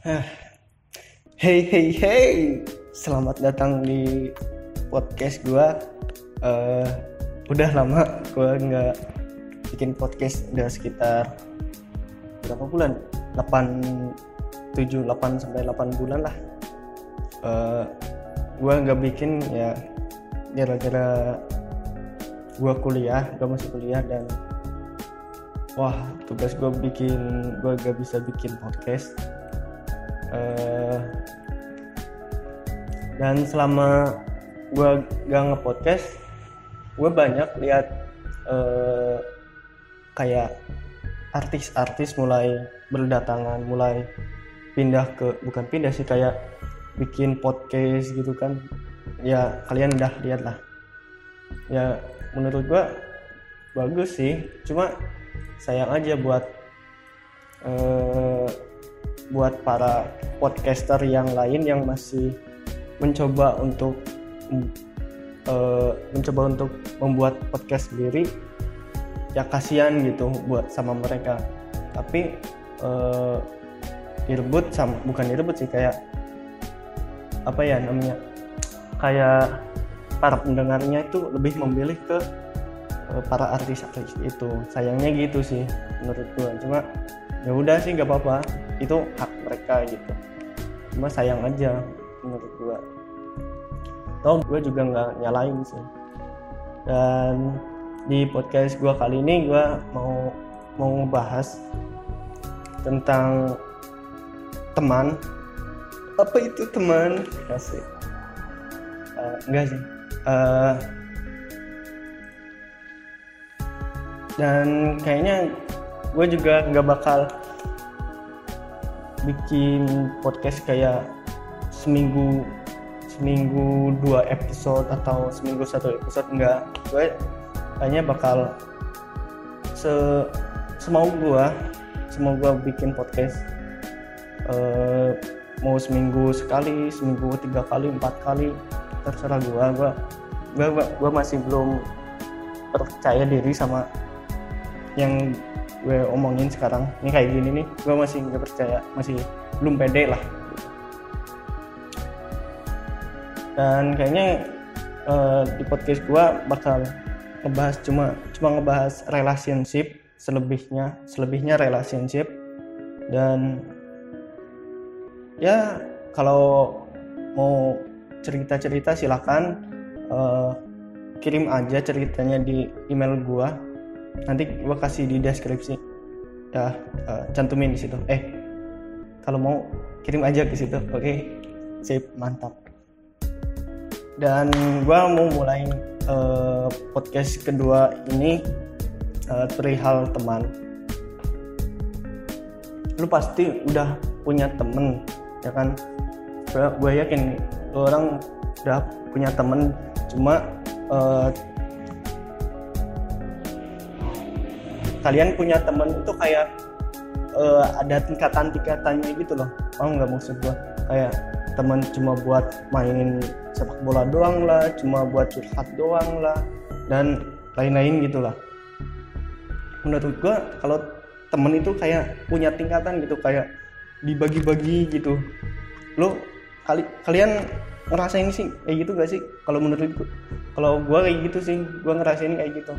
Hey hey hey, selamat datang di podcast gua. Udah lama gua nggak bikin podcast, udah sekitar berapa bulan? 8 sampai 8 bulan lah. Gua nggak bikin ya gara-gara gua masih kuliah dan tugas gua gak bisa bikin podcast. Dan selama gue gak nge-podcast, gue banyak lihat kayak artis-artis mulai berdatangan, mulai bukan pindah sih, kayak bikin podcast gitu kan. Ya kalian udah lihat lah. Ya menurut gue bagus sih, cuma sayang aja buat para podcaster yang lain yang masih mencoba untuk membuat podcast sendiri. Ya kasihan gitu buat sama mereka. Tapi bukan direbut sih, kayak apa ya namanya, kayak para pendengarnya itu lebih memilih ke para artis-artis itu. Sayangnya gitu sih menurut gua. Cuma ya udah sih, nggak apa-apa, itu hak mereka gitu. Cuma sayang aja menurut gua. Gua juga nggak nyalain sih. Dan di podcast gua kali ini gua mau ngebahas tentang teman. Apa itu teman? Asik. Enggak sih. Dan kayaknya gue juga nggak bakal bikin podcast kayak seminggu 2 episode atau seminggu 1 episode. Enggak, gue kayaknya bakal semau gue bikin podcast, mau seminggu sekali, seminggu 3 kali, 4 kali, terserah gue masih belum percaya diri sama yang gue omongin sekarang. Ini kayak gini nih, gue masih nggak percaya, masih belum pede lah. Dan kayaknya di podcast gue bakal ngebahas cuma ngebahas relationship, selebihnya relationship. Dan ya kalau mau cerita silakan kirim aja ceritanya di email gue. Nanti gue kasih di deskripsi ya, cantumin di situ. Kalau mau kirim aja ke situ. Oke, sip, mantap. Dan gue mau mulai podcast kedua ini perihal teman. Lu pasti udah punya temen, ya kan? Gue yakin lu orang udah punya temen, cuma kalian punya temen itu kayak ada tingkatannya gitu loh. Nggak maksud gua kayak teman cuma buat main sepak bola doang lah, cuma buat curhat doang lah, dan lain-lain gitulah. Menurut gua kalau temen itu kayak punya tingkatan gitu, kayak dibagi-bagi gitu. Kalian ngerasain sih kayak gitu gak sih? Kalau menurut gua kayak gitu sih, gua ngerasain kayak gitu.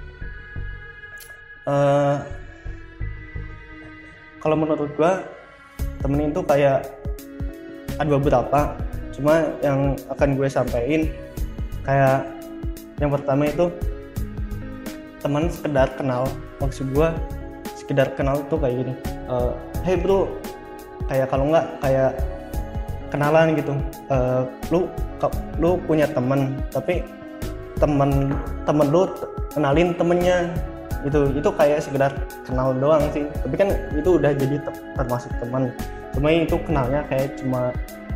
Kalau menurut gua temen itu kayak ada beberapa, cuma yang akan gue sampaikan kayak yang pertama itu teman sekedar kenal. Maksud gua sekedar kenal tuh kayak gini, hey bro, kayak kalau nggak kayak kenalan gitu. Lu punya teman, tapi temen lu kenalin temennya. Itu kayak sekedar kenal doang sih, tapi kan itu udah jadi termasuk teman. Cuma itu kenalnya kayak cuma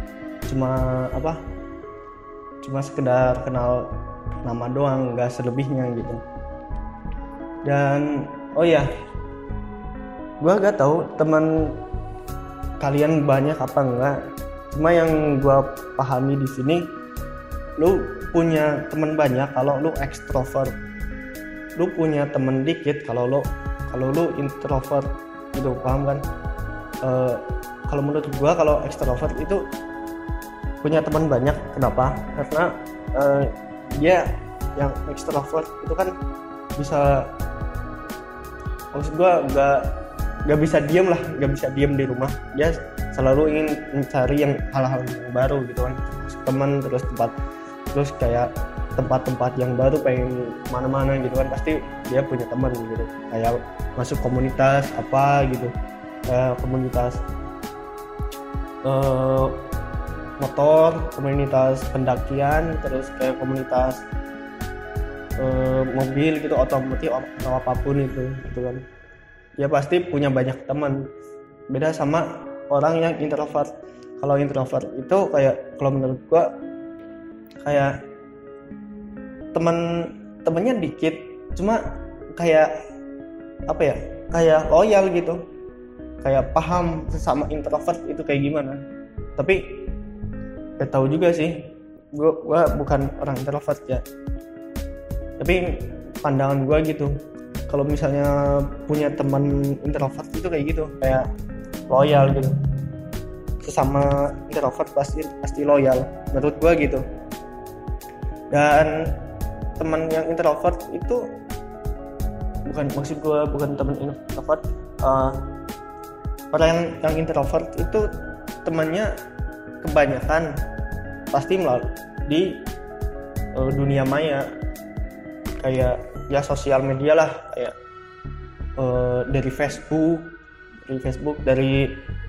sekedar kenal nama doang, nggak selebihnya gitu. Dan gue gak tahu teman kalian banyak apa enggak, cuma yang gue pahami di sini, lu punya teman banyak kalau lu ekstrovert. Lu punya temen dikit kalau lu introvert gitu, paham kan? kalau menurut gua kalau ekstrovert itu punya teman banyak. Kenapa? Karena dia yang ekstrovert itu kan bisa, maksud gua nggak bisa diem lah, nggak bisa diem di rumah. Dia selalu ingin mencari yang hal-hal yang baru gitu kan, teman, terus kayak tempat-tempat yang baru, pengen mana-mana gitu kan, pasti dia punya teman gitu, kayak masuk komunitas apa gitu, kayak komunitas motor, komunitas pendakian, terus kayak komunitas mobil gitu, otomotif atau apapun itu gitu kan. Dia pasti punya banyak teman. Beda sama orang yang introvert. Kalau introvert itu kayak, kalau menurut gua kayak temennya dikit, cuma kayak apa ya, kayak loyal gitu, kayak paham sesama introvert itu kayak gimana. Tapi gak tahu juga sih, gua bukan orang introvert ya, tapi pandangan gua gitu, kalau misalnya punya teman introvert itu kayak gitu, kayak loyal gitu, sesama introvert pasti loyal menurut gua gitu. Dan teman yang introvert itu maksud gue bukan teman introvert, orang yang introvert itu temannya kebanyakan pasti melalui di dunia maya, kayak ya sosial media lah, kayak dari Facebook, dari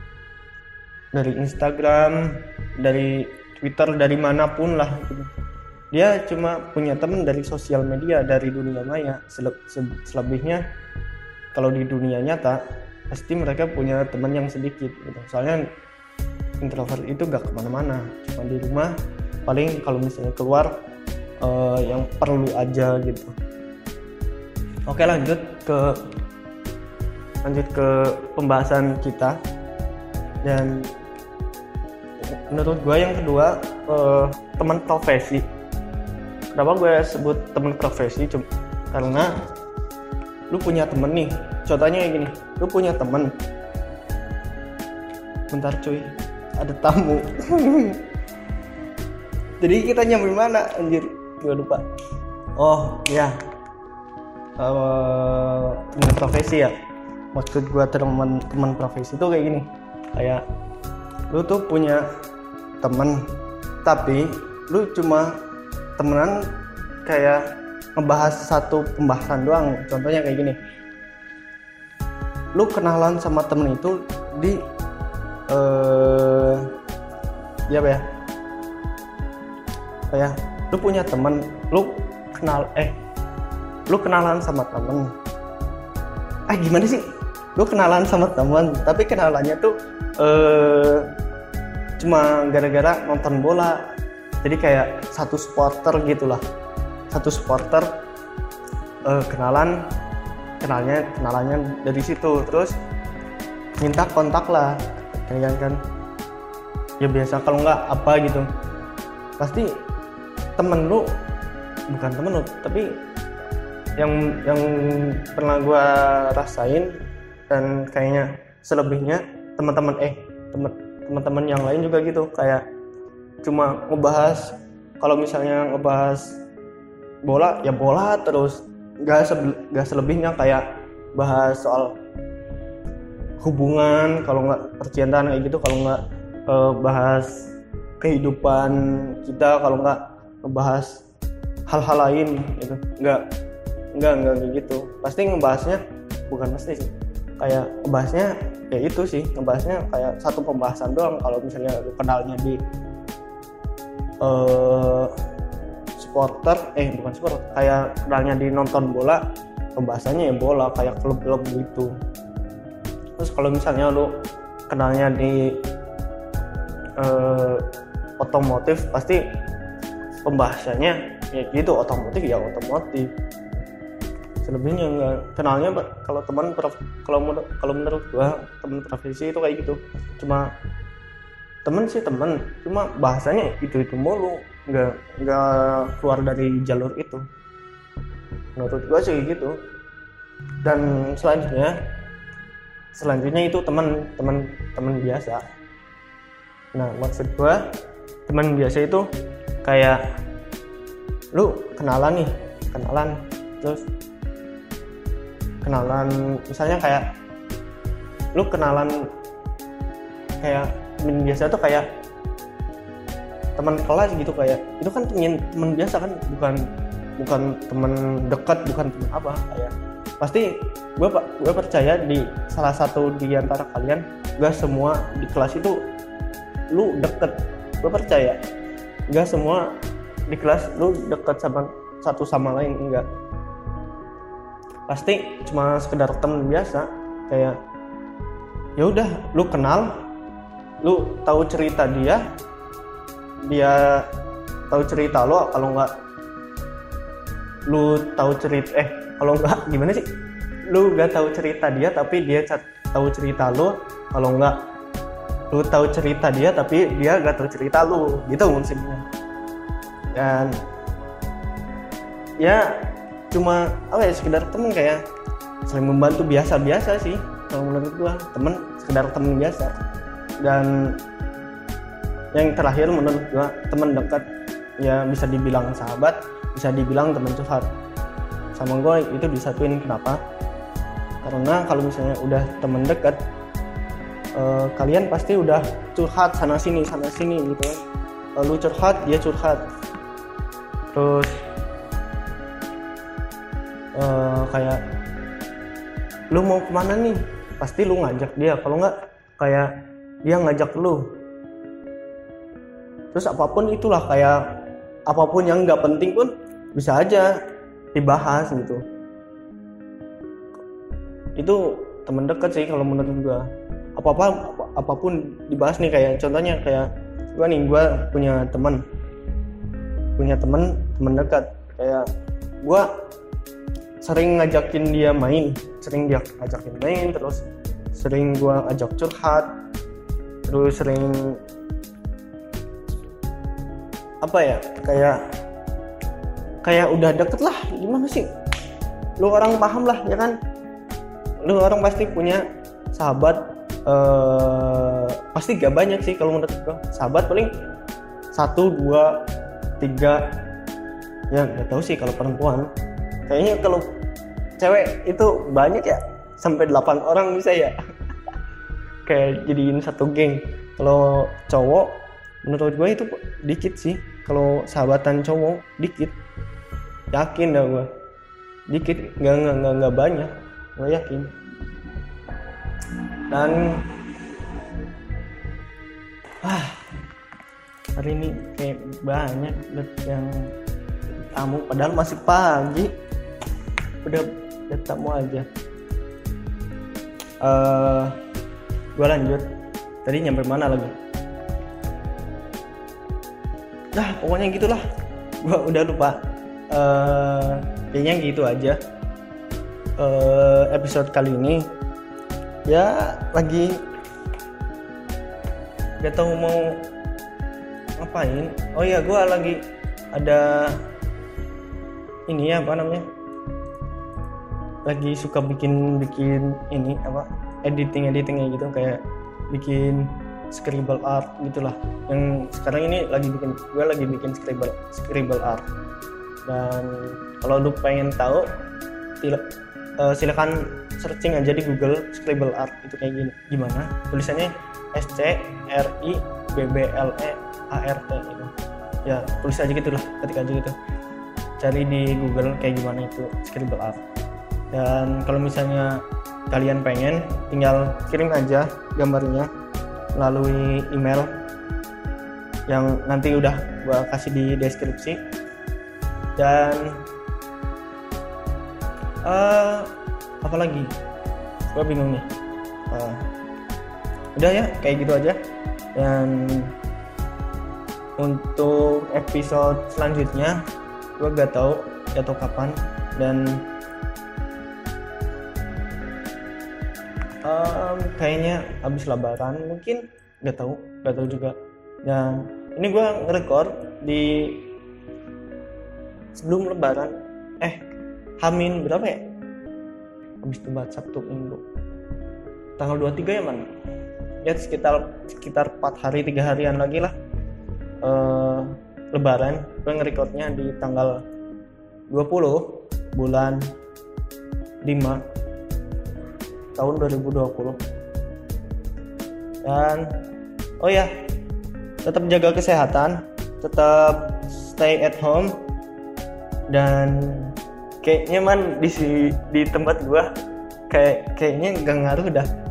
Instagram, dari Twitter, dari manapun lah gitu. Dia cuma punya teman dari sosial media, dari dunia maya. Selebihnya kalau di dunia nyata pasti mereka punya teman yang sedikit gitu. Soalnya introvert itu gak kemana-mana, cuma di rumah, paling kalau misalnya keluar yang perlu aja gitu. Oke, lanjut ke pembahasan kita. Dan menurut gue yang kedua, teman profesi. Kenapa gue sebut teman profesi? Karena lu punya temen nih, contohnya kayak gini, lu punya temen, bentar cuy, ada tamu. Jadi kita nyampe mana anjir, gue lupa. Oh ya, teman profesi ya. Maksud gue teman profesi itu kayak gini, kayak lu tuh punya temen, tapi lu cuma temenan kayak ngebahas satu pembahasan doang. Contohnya kayak gini, lu kenalan sama temen itu di ya apa ya, kayak lu punya temen, lu kenalan sama temen, gimana sih, lu kenalan sama temen tapi kenalannya tuh cuma gara-gara nonton bola. Jadi kayak satu supporter gitulah, kenalnya dari situ, terus minta kontak lah, kan ya biasa, kalau nggak apa gitu, pasti temen lu, bukan temen lu, tapi yang pernah gue rasain, dan kayaknya selebihnya teman-teman yang lain juga gitu, kayak cuma ngebahas, kalau misalnya ngebahas bola ya bola terus, gak selebihnya, kayak bahas soal hubungan, kalau nggak percintaan kayak gitu, kalau nggak bahas kehidupan kita, kalau nggak ngebahas hal-hal lain gitu, nggak kayak gitu. Pasti ngebahasnya, bukan pasti sih, kayak ngebahasnya kayak itu sih, ngebahasnya kayak satu pembahasan doang. Kalau misalnya lu kenalnya di bukan supporter, kayak kenalnya di nonton bola, pembahasannya ya bola, kayak klub-klub gitu. Terus kalau misalnya lu kenalnya di otomotif, pasti pembahasannya ya gitu, otomotif ya otomotif. Selebihnya enggak. Kenalnya kalau menurut gua teman profesi itu kayak gitu, cuma temen, cuma bahasanya itu mulu, nggak keluar dari jalur itu. Menurut gua sih gitu. Dan selanjutnya itu teman biasa. Nah maksud gue teman biasa itu kayak lu kenalan terus kenalan misalnya kayak lu kenalan kayak teman biasa tuh kayak teman kelas gitu, kayak itu kan teman biasa kan, bukan teman dekat, bukan teman apa. Kayak pasti gue percaya di salah satu di antara kalian gak semua di kelas itu lu deket. Gue percaya gak semua di kelas lu deket sama satu sama lain, enggak. Pasti cuma sekedar teman biasa. Kayak ya udah lu kenal, lu tahu cerita dia tahu cerita lo, kalau enggak lu tahu cerita kalau enggak gimana sih, lu gak tahu cerita dia tapi dia tahu cerita lo, kalau enggak lu tahu cerita dia tapi dia gak tahu cerita lu, gitu maksudnya. Dan ya cuma apa ya, sekedar temen, kayak saling membantu biasa-biasa sih kalau menurut gua, sekedar temen biasa. Dan yang terakhir menurut gua teman dekat ya bisa dibilang sahabat, bisa dibilang teman curhat. Sama gua itu disatuin, kenapa? Karena kalau misalnya udah teman dekat, kalian pasti udah curhat sana sini gitu kan. Lu curhat, dia curhat. Terus kayak lu mau kemana nih, pasti lu ngajak dia, kalau nggak kayak dia ngajak lu. Terus apapun itulah, kayak apapun yang nggak penting pun bisa aja dibahas gitu. Itu teman dekat sih kalau menurut gua. Apapun dibahas nih, kayak contohnya kayak gua punya teman dekat, kayak gua sering ngajakin dia main, terus sering gua ajak curhat, terus sering apa ya, kayak udah deket lah. Gimana sih, lu orang paham lah ya kan, lu orang pasti punya sahabat. Pasti gak banyak sih kalau menurut gua, sahabat paling 1, 2, 3 ya, gak tahu sih kalau perempuan. Kayaknya kalau cewek itu banyak ya, sampai 8 orang bisa ya. Kayak jadiin satu geng. Kalau cowok menurut gue itu dikit sih. Kalau sahabatan cowok dikit, yakin dah gue dikit, nggak banyak, gue yakin. Dan hari ini kayak banyak yang tamu, padahal masih pagi. Udah tamu aja. Gue lanjut. Tadi nyampe mana lagi? Pokoknya gitulah. Gue udah lupa. Kayaknya gitu aja. Episode kali ini ya lagi gak tahu mau ngapain. Oh iya, gue lagi ada ini ya, apa namanya, lagi suka bikin ini apa, editing gitu, kayak bikin scribble art gitulah. Yang sekarang ini gue lagi bikin scribble art. Dan kalau lu pengen tahu, silakan searching aja di Google scribble art itu kayak gini. Gimana tulisannya? SCRIBBLEART gitu. Ya tulis aja gitulah, ketik aja gitu, cari di Google kayak gimana itu scribble art. Dan kalau misalnya kalian pengen, tinggal kirim aja gambarnya melalui email yang nanti udah gua kasih di deskripsi. Dan apa lagi, gua bingung nih. Udah ya, kayak gitu aja. Dan untuk episode selanjutnya gua gak tahu kapan. Dan kayaknya habis lebaran mungkin, gak tahu juga. Dan ini gue nge-record di sebelum lebaran, Hamin berapa ya, habis Debat Sabtu Minggu tanggal 23 ya man, ya sekitar 4 hari 3 harian lagi lah Lebaran. Gue nge-recordnya di tanggal 20 bulan 5 tahun 2020. Dan oh ya, tetap jaga kesehatan, tetap stay at home. Dan kayaknya di tempat gua kayaknya gak ngaruh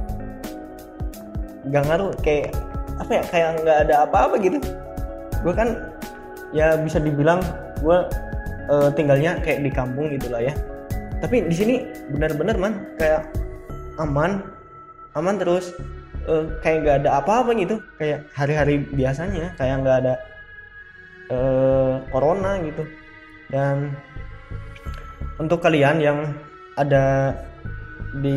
kayak apa ya, kayak nggak ada apa-apa gitu. Gua kan ya bisa dibilang gua tinggalnya kayak di kampung gitulah ya, tapi di sini benar-benar kayak aman terus, kayak nggak ada apa-apa gitu, kayak hari-hari biasanya, kayak nggak ada corona gitu. Dan untuk kalian yang ada di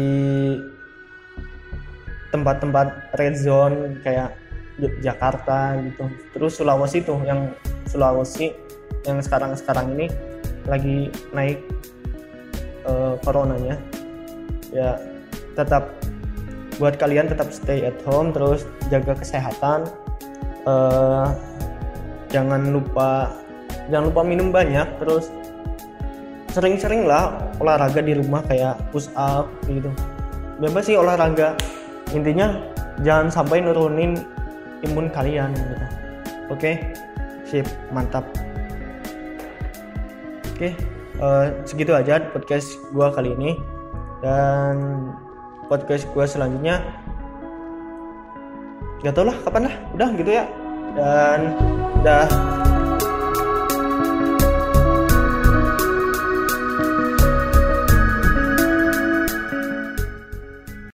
tempat-tempat red zone kayak Jakarta gitu, terus Sulawesi yang sekarang ini lagi naik coronanya, ya tetap buat kalian tetap stay at home, terus jaga kesehatan, jangan lupa minum banyak, terus sering-sering lah olahraga di rumah kayak push up gitu. Bebas sih olahraga, intinya jangan sampai nurunin imun kalian gitu. Oke, sip, mantap. Oke, segitu aja podcast gua kali ini, dan podcast gua selanjutnya gak tau lah kapan lah, udah gitu ya, dan udah.